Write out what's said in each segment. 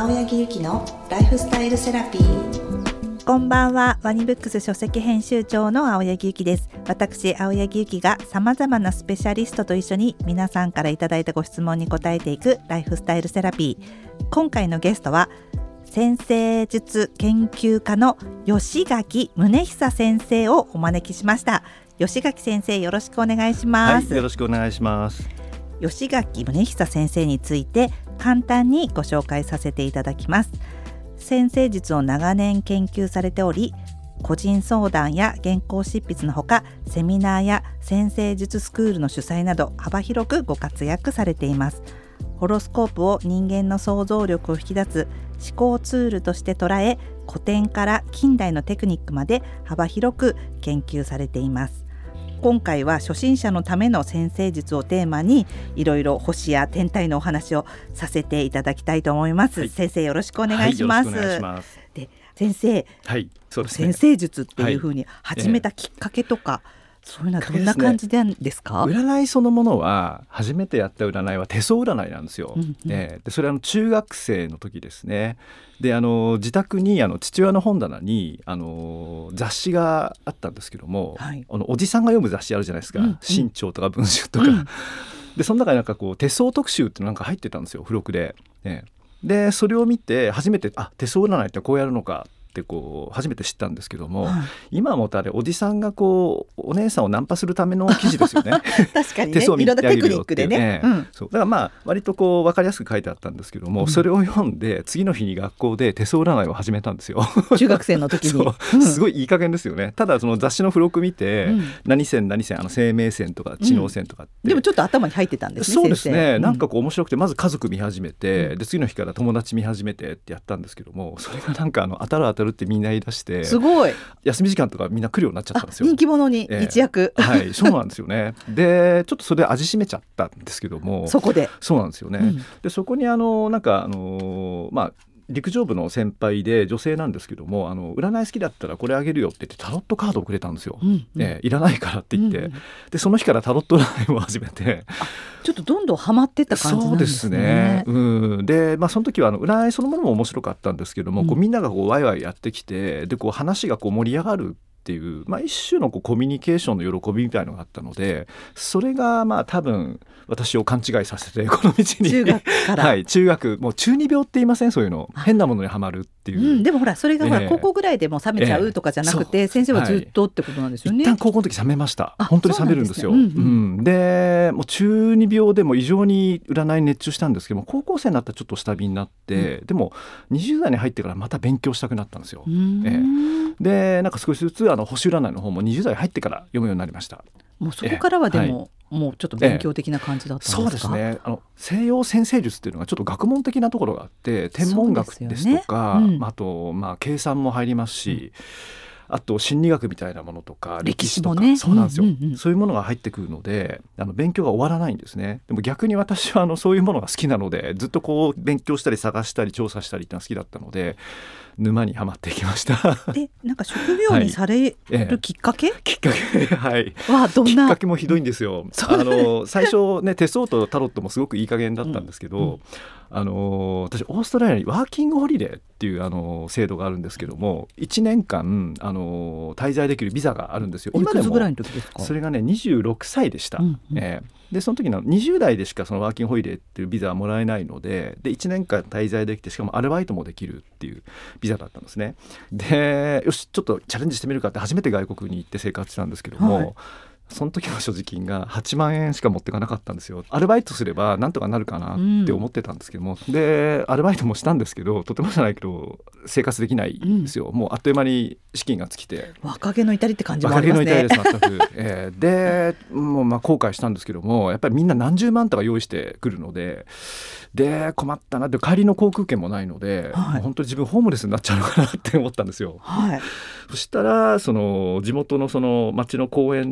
青柳ゆきのライフスタイルセラピー。 こんばんは。ワニブックス書籍編集長の青柳ゆきです。私青柳ゆきが様々なスペシャリストと一緒に皆さんからいただいたご質問に答えていくライフスタイルセラピー。今回のゲストは占星術研究家の吉垣宗久先生をお招きしました。吉垣先生、よろしくお願いします。 はい、よろしくお願いします。 吉垣宗久先生について簡単にご紹介させていただきます。占星術を長年研究されており、個人相談や原稿執筆のほか、セミナーや占星術スクールの主催など幅広くご活躍されています。ホロスコープを人間の想像力を引き出す思考ツールとして捉え、古典から近代のテクニックまで幅広く研究されています。今回は初心者のための占星術をテーマにいろいろ星や天体のお話をさせていただきたいと思います、はい、先生よろしくお願いします、 はい、よろしくお願いします。 で、先生、 はい、そうですね、 占星術っていう風に始めたきっかけとか、そういうのはどんな感じなんですか？ 占いそのものは初めてやった占いは手相占いなんですよ、でそれは中学生の時ですね。で自宅に父親の本棚に雑誌があったんですけども、はい、おじさんが読む雑誌あるじゃないですか、新潮とか文春とか、でその中になんかこう手相特集ってなんか入ってたんですよ、付録で、でそれを見て初めて手相占いってこうやるのかってこう初めて知ったんですけども、今はもうあれおじさんがこうお姉さんをナンパするための記事ですよね確かにね、 手相を見てあげるよっていういろんなテクニックでね、 そうだからまあ割とこう分かりやすく書いてあったんですけども、それを読んで次の日に学校で手相占いを始めたんですよ中学生の時にすごいいい加減ですよね。ただその雑誌の付録見て、何線何線生命線とか知能線とかって、 でもちょっと頭に入ってたんですね。 そうですね、なんかこう面白くてまず家族見始めて、で次の日から友達見始めてってやったんですけども、それがなんか当たる当たるってみんな言い出して、 すごい休み時間とかみんな来るようになっちゃったんですよ。 人気者に一躍、 はい、そうなんですよねでちょっとそれで味しめちゃったんですけども、 そこでそうなんですよね、でそこになんか陸上部の先輩で女性なんですけども、占い好きだったらこれあげるよって言ってタロットカードをくれたんですよ、いらないからって言って、でその日からタロット占いを始めて、 ちょっとどんどんハマってった感じなんですね。 そうですね、で、その時は占いそのものも面白かったんですけども、こうみんながこうワイワイやってきて、でこう話がこう盛り上がるっていう、一種のこうコミュニケーションの喜びみたいなのがあったので、それが多分私を勘違いさせてこの道に中学から、 はい、中学もう中二病って言いません？そういうの変なものにはまるっていう、でもほらそれがほら高校ぐらいでもう冷めちゃうとかじゃなくて、先生はずっとってことなんですよね。 一旦高校の時冷めました。本当に冷めるんですよ。でもう中二病でも異常に占いに熱中したんですけども、高校生になったらちょっと下火になって、でも20代に入ってからまた勉強したくなったんですよ。でなんか少しずつ星占いの方も20代入ってから読むようになりました。 もうそこからはでも、もうちょっと勉強的な感じだったんですか？ そうですね、西洋占星術っていうのがちょっと学問的なところがあって、天文学ですとか、あと計算も入りますし、あと心理学みたいなものとか歴史とか、そうなんですよ、そういうものが入ってくるので勉強が終わらないんですね。でも逆に私はそういうものが好きなので、ずっとこう勉強したり探したり調査したりっていうのが好きだったので、沼にはまっていきましたでなんか職業にされるきっかけ、 きっかけ、はい、 どんなきっかけもひどいんですよ。最初ね、手相とタロットもすごくいい加減だったんですけど、私オーストラリアにワーキングホリデーっていう制度があるんですけども、1年間滞在できるビザがあるんですよ。 おいくつぐらいの時ですか？ それがね26歳でした、でその時の20代でしかそのワーキングホリデーっていうビザはもらえないので、1年間滞在できて、しかもアルバイトもできるっていうビザだったんですね。でよしちょっとチャレンジしてみるかって初めて外国に行って生活したんですけども、その時の所持金が8万円しか持ってかなかったんですよ。アルバイトすればなんとかなるかなって思ってたんですけども、でアルバイトもしたんですけど、とてもじゃないけど生活できないんですよ、もうあっという間に資金が尽きて、 若気の至りって感じもありますね。 若気の至りです全く、でもう後悔したんですけども、やっぱりみんな何十万とか用意してくるので、困ったなって、帰りの航空券もないので、もう本当に自分ホームレスになっちゃうのかなって思ったんですよ、そしたらその地元のその町の公園で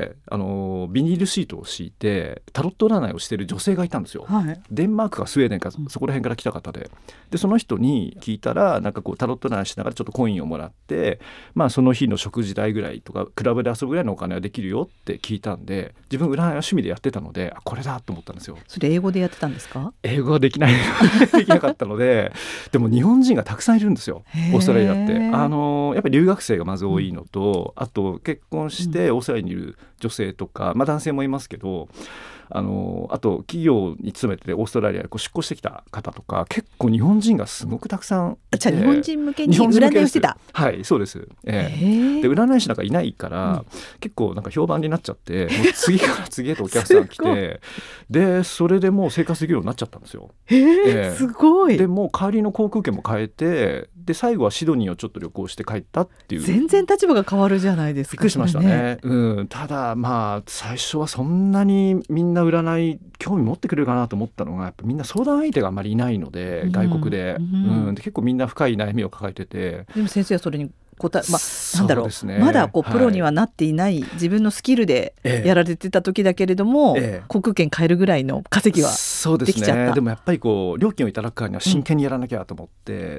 でビニールシートを敷いてタロット占いをしている女性がいたんですよ、 はい、 デンマークかスウェーデンかそこら辺から来た方で、その人に聞いたらなんかこうタロット占いしながらちょっとコインをもらって、その日の食事代ぐらいとかクラブで遊ぶぐらいのお金はできるよって聞いたんで、自分占いは趣味でやってたのでこれだと思ったんですよ。 それ英語でやってたんですか？ 英語はできなかったのででも日本人がたくさんいるんですよ、オーストラリアって。やっぱり留学生がまず多いのと、あと結婚してオーストラリアにいる女性とか、男性もいますけど、あと企業に勤めてオーストラリアに出向してきた方とか結構日本人がすごくたくさんいて、 じゃあ日本人向けに占いをしてた。 はい、そうです、で占い師なんかいないから、結構なんか評判になっちゃってもう次から次へとお客さん来てでそれでもう生活できるようになっちゃったんですよ。 すごい。 でもう帰りの航空券も変えて、で最後はシドニーをちょっと旅行して帰ったっていう。 全然立場が変わるじゃないですか。 びっくりしましたね、ただ最初はそんなにみんな占い興味持ってくれるかなと思ったのが、やっぱみんな相談相手があまりいないので、外国で、で結構みんな深い悩みを抱えてて、 でも先生はそれになんだろう、 ね、 まだプロにはなっていない、自分のスキルでやられてた時だけれども、航空券買えるぐらいの稼ぎはできちゃった。 そうですね。でもやっぱり料金をいただくからには真剣にやらなきゃと思って、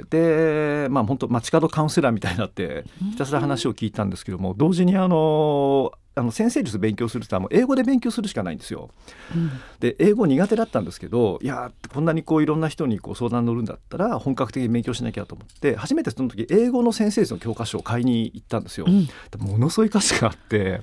で本当街角カウンセラーみたいになってひたすら話を聞いたんですけども、同時に先生術勉強すると英語で勉強するしかないんですよ、で英語苦手だったんですけど、いやこんなにいろんな人に相談乗るんだったら本格的に勉強しなきゃと思って、初めてその時英語の先生術の教科書を買いに行ったんですよ、ものすごい歌詞があって、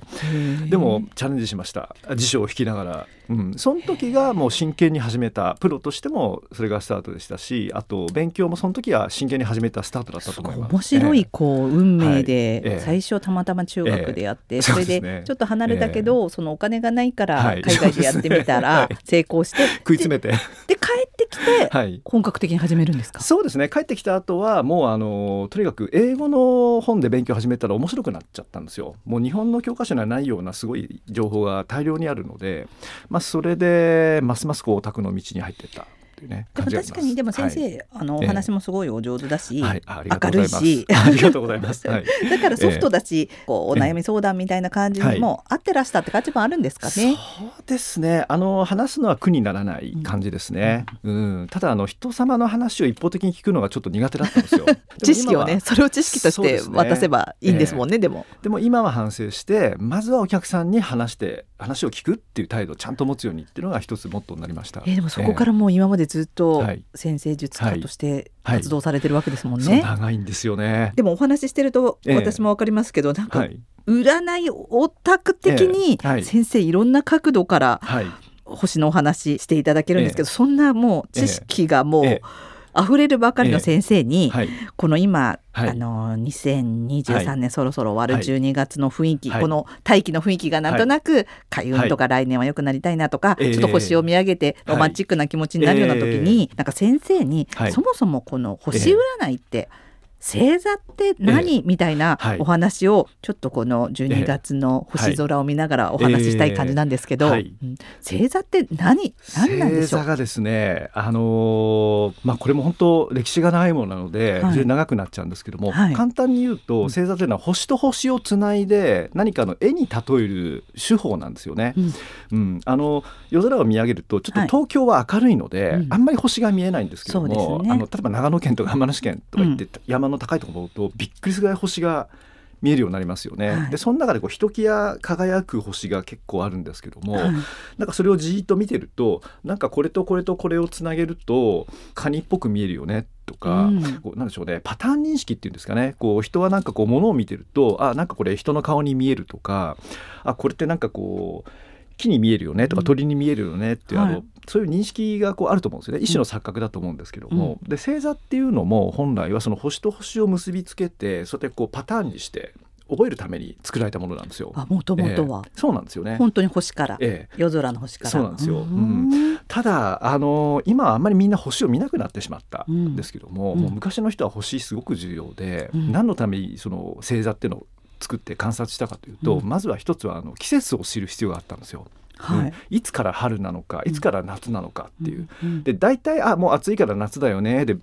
でもチャレンジしました、辞書を引きながら、その時がもう真剣に始めた、プロとしてもそれがスタートでしたし、あと勉強もその時は真剣に始めたスタートだったと思います。 面白い運命で、最初たまたま中学でやって、それでちょっと離れたけど、そのお金がないから海外でやってみたら成功して食い詰めてで帰ってきて本格的に始めるんですか？ そうですね。帰ってきた後はもうとにかく英語の本で勉強始めたら面白くなっちゃったんですよ。もう日本の教科書にはないようなすごい情報が大量にあるので、それでますますオタクの道に入っていったでも確かに、でも先生、お話もすごいお上手だし、 明るいしありがとうございます、だからソフトだし、お悩み相談みたいな感じにも合ってらしたって感じもあるんですかね。 そうですね。話すのは苦にならない感じですね、ただ人様の話を一方的に聞くのがちょっと苦手だったんですよ知識をね、それを知識として渡せばいいんですもんね。でも今は反省して、まずはお客さんに話を聞くっていう態度をちゃんと持つようにっていうのが一つモットーになりました。 でもそこからもう今までずっと先生術家として活動されてるわけですもんね、 そう長いんですよね。 でもお話ししてると私も分かりますけど、なんか占いオタク的に先生いろんな角度から星のお話していただけるんですけど、そんなもう知識がもう溢れるばかりの先生に、この今、2023年そろそろ終わる12月の雰囲気、この大気の雰囲気がなんとなく開運とか来年は良くなりたいなとか、ちょっと星を見上げてロマンチックな気持ちになるような時に、なんか先生に、そもそもこの星占いって星座って何、みたいなお話をちょっとこの12月の星空を見ながらお話ししたい感じなんですけど、星座って何なんでしょう？ 星座がですね、これも本当歴史が長いものなので、非常に長くなっちゃうんですけども、簡単に言うと星座というのは星と星をつないで何かの絵に例える手法なんですよね、夜空を見上げるとちょっと東京は明るいので、あんまり星が見えないんですけども、例えば長野県とか山梨県とか行って、山の高いところとびっくりするぐらい星が見えるようになりますよね、でその中でひときわ輝く星が結構あるんですけども、なんかそれをじーっと見てると、なんかこれとこれとこれをつなげるとカニっぽく見えるよねとか、なんでしょうね、パターン認識っていうんですかね、人はなんか物を見てると、なんかこれ人の顔に見えるとか、これってなんか木に見えるよねとか鳥に見えるよねっていう、そういう認識があると思うんですよね。一種の錯覚だと思うんですけども、で星座っていうのも本来はその星と星を結びつけて、そうやってパターンにして覚えるために作られたものなんですよ。 もともとは、 そうなんですよね。 本当に星から、夜空の星から。 そうなんですよ、ただ今はあんまりみんな星を見なくなってしまったんですけども、もう昔の人は星すごく重要で、何のためにその星座っていうのを作って観察したかというと、まずは一つは季節を知る必要があったんですよ。いつから春なのか、いつから夏なのかっていう、で大体もう暑いから夏だよねで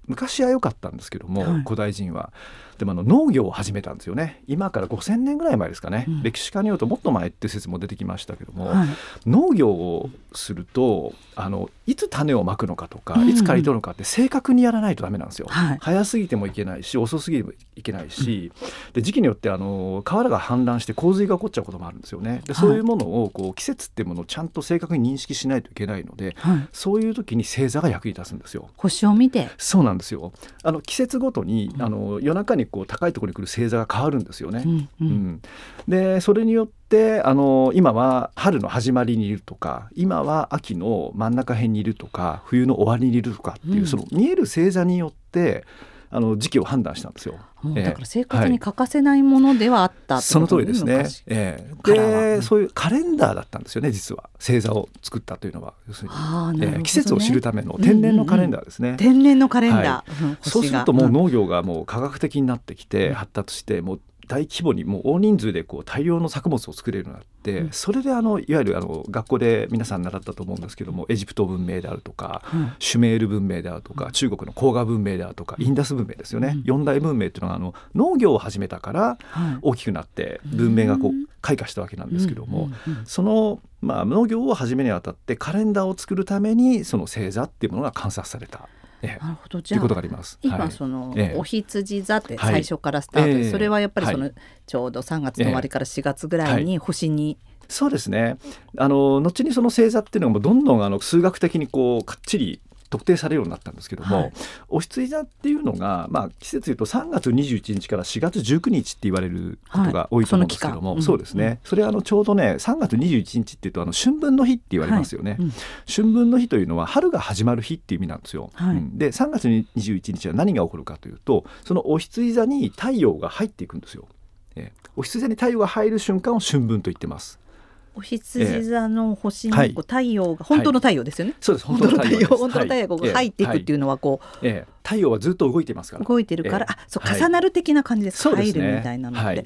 昔は良かったんですけども、 はい、 古代人はでも農業を始めたんですよね。今から5000年ぐらい前ですかね、歴史家によるともっと前っていう説も出てきましたけども、はい、農業をするといつ種をまくのかとか、いつ刈り取るのかって正確にやらないとダメなんですよ、はい、早すぎてもいけないし遅すぎてもいけないし、で時期によって川が氾濫して洪水が起こっちゃうこともあるんですよね。でそういうものを季節っていうものをちゃんと正確に認識しないといけないので、はい、そういう時に星座が役に立つんですよ。 星を見て。 そうなんですよ。季節ごとに夜中に高いところに来る星座が変わるんですよね、でそれによって今は春の始まりにいるとか、今は秋の真ん中辺にいるとか、冬の終わりにいるとかっていう、その見える星座によって時期を判断したんですよ。 だから生活に欠かせないものではあったってことですね。 その通りですね。でそういうカレンダーだったんですよね、実は星座を作ったというのは。要するに、季節を知るための天然のカレンダーですね、 天然のカレンダー、 はい、そうするともう農業がもう科学的になってきて、発達してもう大規模にもう大人数で大量の作物を作れるようになって、それでいわゆる学校で皆さん習ったと思うんですけども、エジプト文明であるとか、シュメール文明であるとか、中国の黄河文明であるとか、インダス文明ですよね、4大文明っていうのは農業を始めたから大きくなって文明が開花したわけなんですけども、その農業を始めにあたってカレンダーを作るためにその星座っていうものが観察された。 なるほど。 じゃあということがあります。 今お羊座って最初からスタート、それはやっぱりちょうど3月の終わりから4月ぐらいに星に、 そうですね。後にその星座っていうのがもうどんどん数学的にかっちり特定されるようになったんですけども、お羊座っていうのが、季節でいうと3月21日から4月19日って言われることが多いと思うんですけども、そうですね、それはちょうどね3月21日っていうと春分の日って言われますよね、春分の日というのは春が始まる日っていう意味なんですよ、で3月21日は何が起こるかというと、そのお羊座に太陽が入っていくんですよ。お羊座に太陽が入る瞬間を春分と言ってます。 お羊座の星に太陽が、本当の太陽ですよね、 そうです、本当の太陽です。 本当の太陽が入っていくっていうのは太陽はずっと動いてますから、 動いてるから、そう重なる的な感じですか、入るみたいなのって。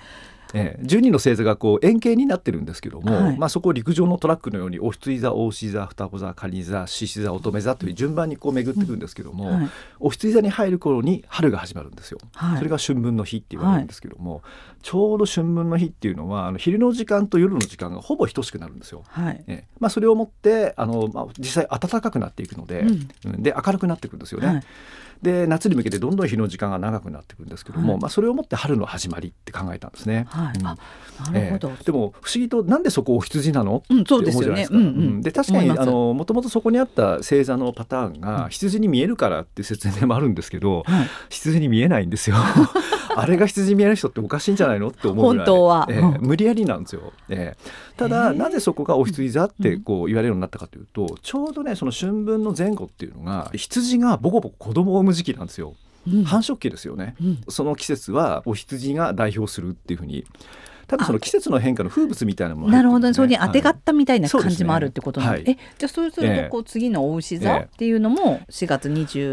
12の星座が円形になってるんですけども、そこを陸上のトラックのようにお羊座、お牛座、双子座、蟹座、獅子座、乙女座という順番に巡っていくんですけども、お羊座に入る頃に春が始まるんですよ、それが春分の日って言われるんですけども、ちょうど春分の日っていうのは昼の時間と夜の時間がほぼ等しくなるんですよ、それをもって実際暖かくなっていくので、で明るくなっていくんですよね、で夏に向けてどんどん日の時間が長くなっていくんですけども、それをもって春の始まりって考えたんですね、 なるほど。 でも不思議となんでそこお羊なの、って思うじゃないですか。で確かにもともとそこにあった星座のパターンが羊に見えるからっていう説明もあるんですけど、羊に見えないんですよあれが羊に見える人っておかしいんじゃないのって思うぐらい、 本当は、 無理やりなんですよ、ただなぜそこがお羊座って言われるようになったかというと、ちょうどねその春分の前後っていうのが羊がボコボコ子供を産む時期なんですよ、繁殖期ですよね、その季節はお羊が代表するっていうふうに、多分その季節の変化の風物みたいなものが入ってるんですね。 なるほど、それに当てがったみたいな感じもあるってことなんで、じゃあそうすると次のお牛座っていうのも4月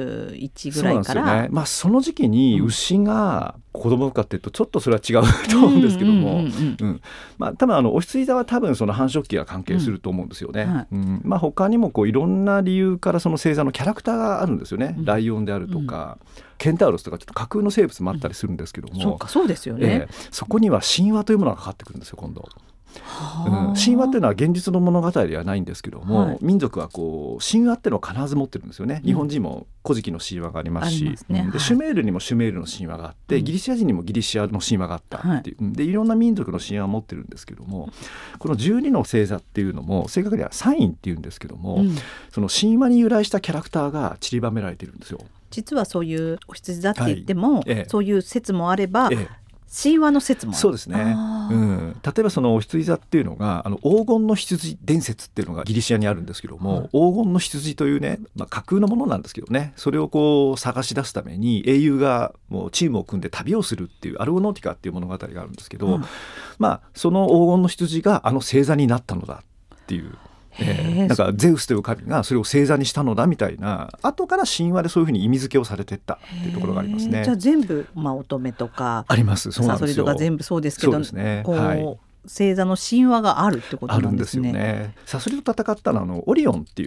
21ぐらいから、 そうなんですよね。その時期に牛が子供かっていうとちょっとそれは違うと思うんですけども、多分お羊座は多分その繁殖期が関係すると思うんですよね、他にもいろんな理由からその星座のキャラクターがあるんですよね、ライオンであるとか、ケンタウロスとかちょっと架空の生物もあったりするんですけども、 そうですよね、 そこには神話というものがかかってくるんですよ今度。神話っていうのは現実の物語ではないんですけども、民族は神話っていうのを必ず持ってるんですよね、日本人も古事記の神話がありますし、でシュメールにもシュメールの神話があって、ギリシャ人にもギリシャの神話があったっていう、でいろんな民族の神話を持ってるんですけども、この12の星座っていうのも正確にはサインっていうんですけども、その神話に由来したキャラクターが散りばめられてるんですよ。 実はそういうお羊座って言っても、そういう説もあれば、神話の説もある。 そうですね、例えばそのお羊座っていうのが黄金の羊伝説っていうのがギリシャにあるんですけども、黄金の羊というね、架空のものなんですけどね、それを探し出すために英雄がもうチームを組んで旅をするっていうアルゴノーティカっていう物語があるんですけど、その黄金の羊が星座になったのだっていう、なんかゼウスという神がそれを星座にしたのだみたいな、後から神話でそういうふうに意味付けをされていったっていうところがありますね。 じゃあ全部、乙女とかあります。そうなんですよ。 サソリとか全部そうですけど、 そうですね、 星座の神話があるってことなんですね。 あるんですよね。サソリと戦ったのはオリオンっていう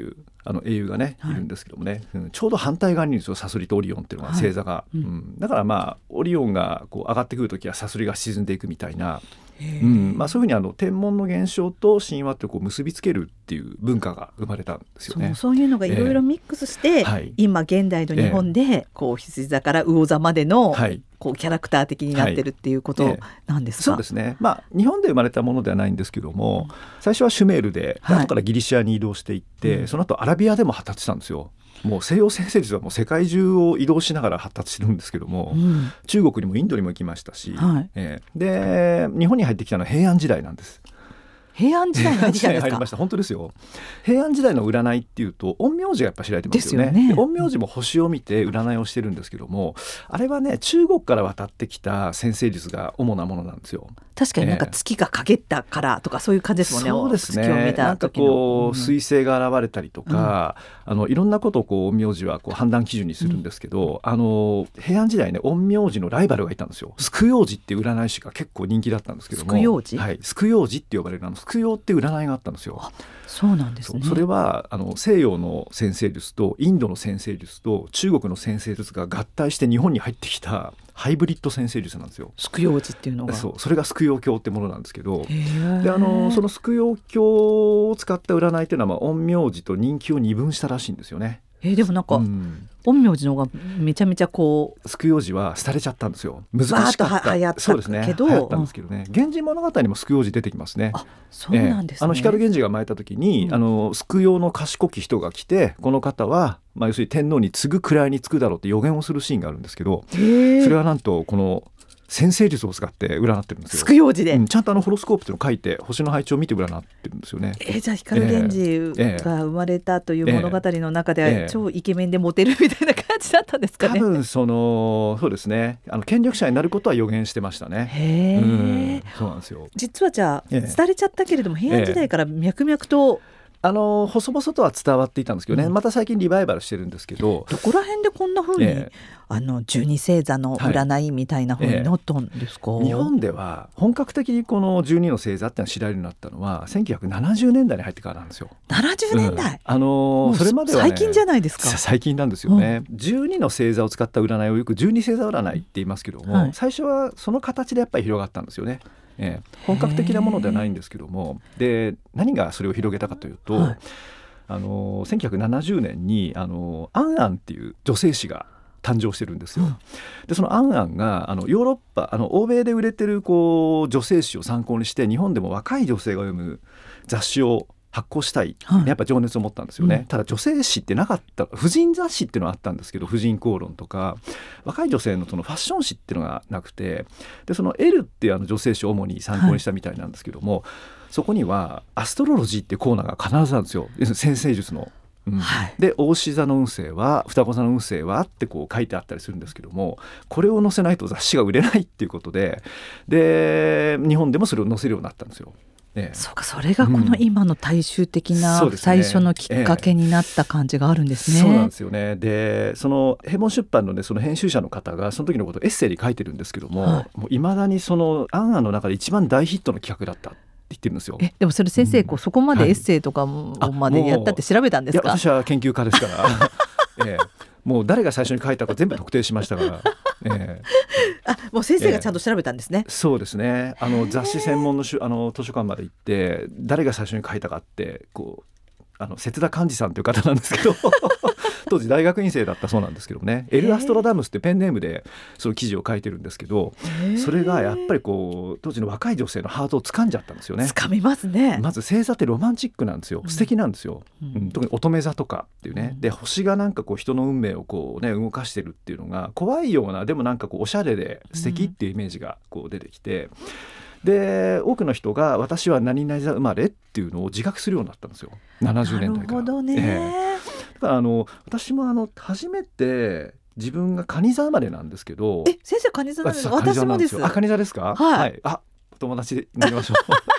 英雄がね、いるんですけどもね、ちょうど反対側にいるんですよ、サソリとオリオンっていうのが、星座が、だからオリオンがこう上がってくるときはサソリが沈んでいくみたいな、そういうふうに天文の現象と神話ってこう結びつけるっていう文化が生まれたんですよね。 そういうのがいろいろミックスして、今現代の日本でこう羊座から魚座までの、こうキャラクター的になってるっていうことなんですか？ そうですね、日本で生まれたものではないんですけども、最初はシュメールで、後からギリシアに移動していって、その後アラビアでも発達したんですよ。もう西洋占星術はもう世界中を移動しながら発達してるんですけども、中国にもインドにも行きましたし、で日本に入ってきたのは平安時代なんです。 平安時代に入ってきたんですか？ 入りました。本当ですよ。平安時代の占いっていうと陰陽師がやっぱ知られてますよね。で陰陽師も星を見て占いをしてるんですけども、あれはね中国から渡ってきた占星術が主なものなんですよ。 確かになんか月が陰ったからとかそういう感じですもんね。 そうですね。 月を見た時のなんかこう彗星が現れたりとか、いろんなことをこう陰陽師はこう判断基準にするんですけど、平安時代ね陰陽師のライバルがいたんですよ。宿陽師っていう占い師が結構人気だったんですけども、 宿陽師、 宿陽師って呼ばれる宿陽って占いがあったんですよ。 そうなんですね。 それは西洋の占星術とインドの占星術と中国の占星術が合体して日本に入ってきたハイブリッド占星術なんですよ。 宿陽師っていうのが、 それが宿陽教ってものなんですけど、でその宿陽教を使った占いっていうのは陰陽師と人気を二分したらしいんですよね。 でもなんか、陰陽師の方がめちゃめちゃこう宿陽師は廃れちゃったんですよ。難しかった。 流行ったけど、 そうですね、流行ったんですけどね、源氏物語にも宿陽師出てきますね。 そうなんですね。 光源氏が生まれた時に、宿陽の賢き人が来て、この方は、要するに天皇に次ぐ位につくだろうって予言をするシーンがあるんですけど、それはなんとこの占星術を使って占ってるんですよ。 宿陽寺で、 ちゃんとホロスコープっていうのを書いて星の配置を見て占ってるんですよね。 じゃあ光源氏が生まれたという物語の中では超イケメンでモテるみたいな感じだったんですかね。 多分そうですね、権力者になることは予言してましたね。そうなんですよ。 実はじゃあ伝れちゃったけれども、平安時代から脈々と細々とは伝わっていたんですけどね、また最近リバイバルしてるんですけど、 どこら辺でこんな風に、12星座の占いみたいな風になったんですか？ 日本では本格的にこの12の星座ってのは知られるようになったのは1970年代に入ってからなんですよ。 70年代、 それまでは、 最近じゃないですか。 最近なんですよね。12の星座を使った占いをよく12星座占いって言いますけども、最初はその形でやっぱり広がったんですよね。本格的なものではないんですけども、で何がそれを広げたかというと、1970年にアンアンっていう女性誌が誕生してるんですよ。でそのアンアンがヨーロッパ欧米で売れてるこう女性誌を参考にして日本でも若い女性が読む雑誌を発行したい、やっぱ情熱を持ったんですよね。ただ女性誌ってなかった。婦人雑誌っていうのはあったんですけど、婦人公論とか若い女性のそのファッション誌っていうのがなくて、でその L っていう女性誌を主に参考にしたみたいなんですけども、そこにはアストロロジーっていうコーナーが必ずあるんですよ。占星術の。で牡牛座の運勢は双子座の運勢はってこう書いてあったりするんですけども、これを載せないと雑誌が売れないっていうことで、日本でもそれを載せるようになったんですよ。 そうか、それがこの今の大衆的な最初のきっかけになった感じがあるんですね。 そうなんですよね。でその平凡出版の、その編集者の方がその時のことをエッセイに書いてるんですけども、いまだにそのアンアンの中で一番大ヒットの企画だったって言ってるんですよ。 でもそれ先生、そこまでエッセイとかまでやったって調べたんですか？ いや私は研究家ですからもう誰が最初に書いたか全部特定しましたからもう先生がちゃんと調べたんですね。 そうですね。雑誌専門の図書館まで行って誰が最初に書いたかってこう節田寛治さんという方なんですけど当時大学院生だったそうなんですけどね、エル・アストラダムスってペンネームでその記事を書いてるんですけど、それがやっぱりこう当時の若い女性のハートを掴んじゃったんですよね。 掴みますね。 まず星座ってロマンチックなんですよ。素敵なんですよ。特に乙女座とかっていうね。で星がなんかこう人の運命をこうね動かしてるっていうのが怖いような、でもなんかこうおしゃれで素敵っていうイメージがこう出てきて、で多くの人が私は何々座生まれっていうのを自覚するようになったんですよ。70年代から。なるほどね。だから私も初めて自分が蟹座生まれなんですけど。 先生蟹座なんですか？私もです。 蟹座ですか？はい。お友達になりましょう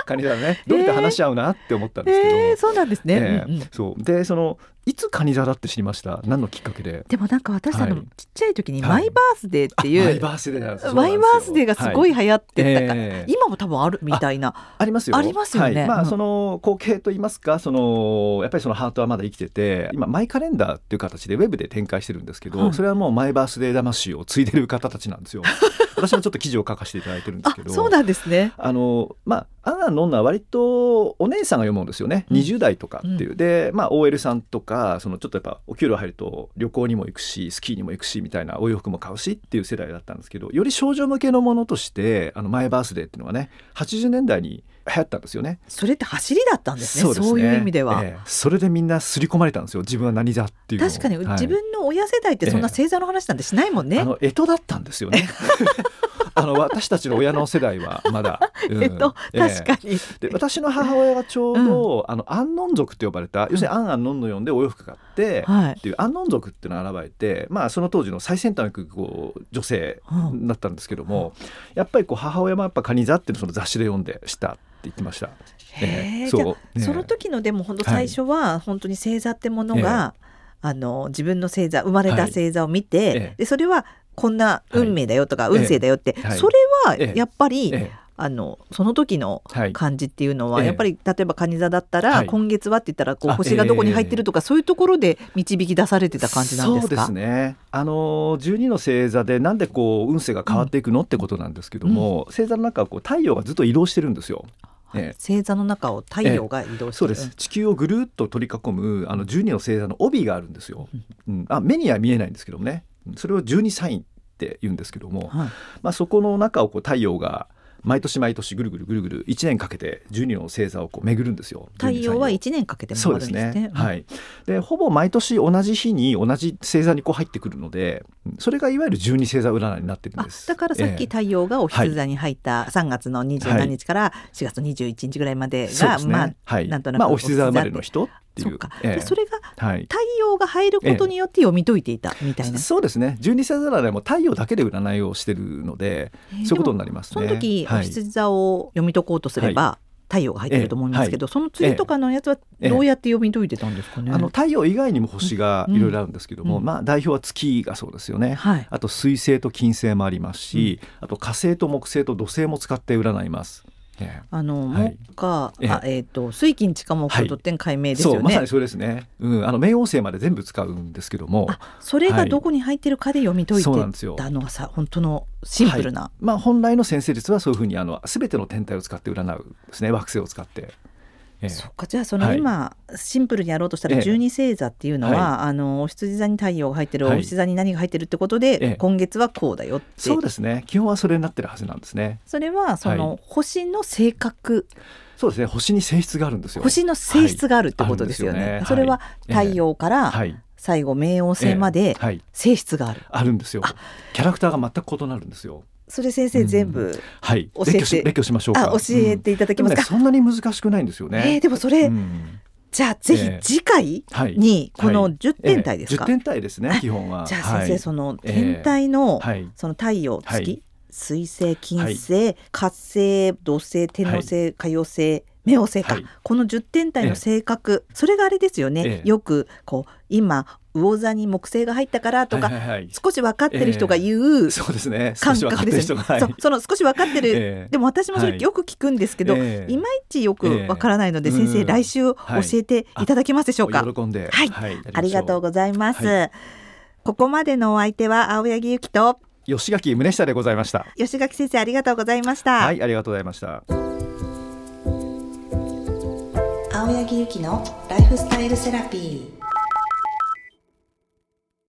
カニ座ね、どういった話し合うなって思ったんですけど、 そうなんですね、 そうでいつカニ座だって知りました？何のきっかけで？ でもなんか私ちっちゃい時にマイバースデーっていう、 マイバースデーなんですよ。 マイバースデーがすごい流行ってたから、今も多分あるみたいな。 ありますよ。 ありますよね。 その光景といいますか、やっぱりそのハートはまだ生きてて、今マイカレンダーっていう形でウェブで展開してるんですけど、それはもうマイバースデー魂を継いでる方たちなんですよ。私もちょっと記事を書かせていただいてるんですけど。 そうなんですね。 アンアンノンナは割とお姉さんが読むんですよね。20代とかっていう、で、OL さんとかちょっとやっぱお給料入ると旅行にも行くしスキーにも行くしみたいな、お洋服も買うしっていう世代だったんですけど、より少女向けのものとしてマイバースデーっていうのはね、80年代に流行ったんですよね。 それって走りだったんですね。 そうですね。 そういう意味では、 それでみんな刷り込まれたんですよ、自分は何座っていうのを。 確かに、自分の親世代ってそんな星座の話なんてしないもんね。 干支だったんですよね。私たちの親の世代はまだ、 確かに。 で、私の母親がちょうど、アンノン族って呼ばれた、要するにアンアンノンノンでお洋服買ってっていうアンノン族っていうのが現れて、その当時の最先端の女性だったんですけども、やっぱり母親もやっぱカニ座っていうのをその雑誌で読んでしたって言ってました。 その時のでも本当最初は本当に星座ってものが、自分の星座、生まれた星座を見て、でそれはこんな運命だよとか、運勢だよって、それはやっぱり、その時の感じっていうのは、やっぱり例えば蟹座だったら、今月はって言ったら星がどこに入ってるとか、そういうところで導き出されてた感じなんですか？ そうですね。12の星座でなんで運勢が変わっていくのってことなんですけども、星座の中は太陽がずっと移動してるんですよ。 星座の中を太陽が移動してる、 そうです。地球をぐるっと取り囲む12の星座の帯があるんですよ。目には見えないんですけどもね、それを12サインって言うんですけども、そこの中を太陽が毎年毎年ぐるぐるぐるぐる1年かけて12の星座を巡るんですよ。 太陽は1年かけて回るんですね。 そうですね、でほぼ毎年同じ日に同じ星座に入ってくるので、それがいわゆる12星座占いになってるんです。 だからさっき太陽がお羊座に入った3月の27日から4月の21日ぐらいまでが、なんとなくお羊座生まれの人っていう。 そうか、それが太陽が入ることによって読み解いていたみたいな、 そうですね。12星座占いも太陽だけで占いをしてるので、そういうことになりますね。 その時、お羊座を読み解こうとすれば、太陽が入ってると思いますけど、その次とかのやつはどうやって読み解いてたんですかね？ 太陽以外にも星がいろいろあるんですけども、代表は月がそうですよね。あと水星と金星もありますし、あと火星と木星と土星も使って占います。 木火、水金地火木土天海明ですよね。 そう、まさにそうですね。冥王星まで全部使うんですけども、 それがどこに入ってるかで読み解いてたのが本当のシンプルな、 本来の先生術はそういうふうに全ての天体を使って占うんですね。惑星を使って。 そっか。じゃあ今、シンプルにやろうとしたら12星座っていうのは、お羊座に太陽が入ってる、お羊座に何が入ってるってことで、今月はこうだよって。 そうですね。基本はそれになってるはずなんですね。 それは星の性格、 そうですね。星に性質があるんですよ。 星の性質があるってことですよね。それは太陽から最後冥王星まで性質がある、 あるんですよ。キャラクターが全く異なるんですよ。 それ先生全部教えて、 列挙しましょうか。 教えていただけますか？ そんなに難しくないんですよね。 でもそれ、じゃあぜひ次回にこの10天体ですか？ 10天体ですね、基本は。 じゃあ先生、その天体のその太陽、月、水星、金星、火星、土星、天王星、海王星、冥王星か、この10天体の性格、それがあれですよね。よく今魚座に木星が入ったからとか、少し分かってる人が言う感覚ですよね。その少し分かってる、でも私もそれよく聞くんですけど、いまいちよく分からないので、先生来週教えていただけますでしょうか？ 喜んで。 ありがとうございます。ここまでのお相手は青柳ゆきと吉垣宗久でございました。 吉垣先生、ありがとうございました。 ありがとうございました。 青柳ゆきのライフスタイルセラピー。